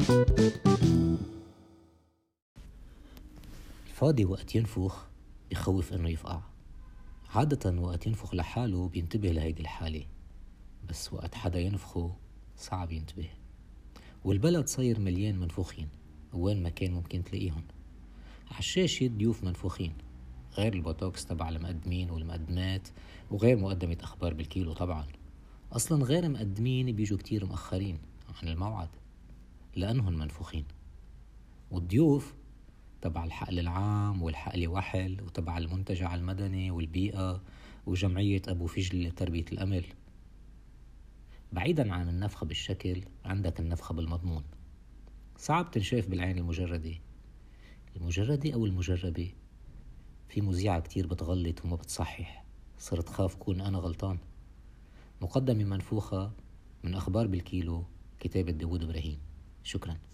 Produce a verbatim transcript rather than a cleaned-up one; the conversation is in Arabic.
الفاضي وقت ينفخ بخوف إنه يفقع. عادة وقت ينفخ لحاله بينتبه لهيدي الحالة، بس وقت حدا ينفخه صعب ينتبه. والبلد صاير مليان منفوخين، وين ما كان ممكن تلاقيهم. عالشاشة ضيوف منفوخين، غير البوتوكس تبع المقدمين والمقدمات، وغير مقدمة أخبار بالكيلو طبعا. أصلا غير مقدمين بيجوا كتير مأخرين عن الموعد لأنهم منفوخين. والضيوف تبع الحقل العام والحقل وحل، وتبع المنتجع المدني والبيئة وجمعية أبو فجل لتربية الأمل. بعيدا عن النفخة بالشكل، عندك النفخة بالمضمون. صعب تنشاف بالعين المجردة المجردة أو المجربة. في مذيعة كتير بتغلط وما بتصحح، صرت خاف كون أنا غلطان. مقدمة منفوخة من أخبار بالكيلو، كتابة داود إبراهيم. شكرا.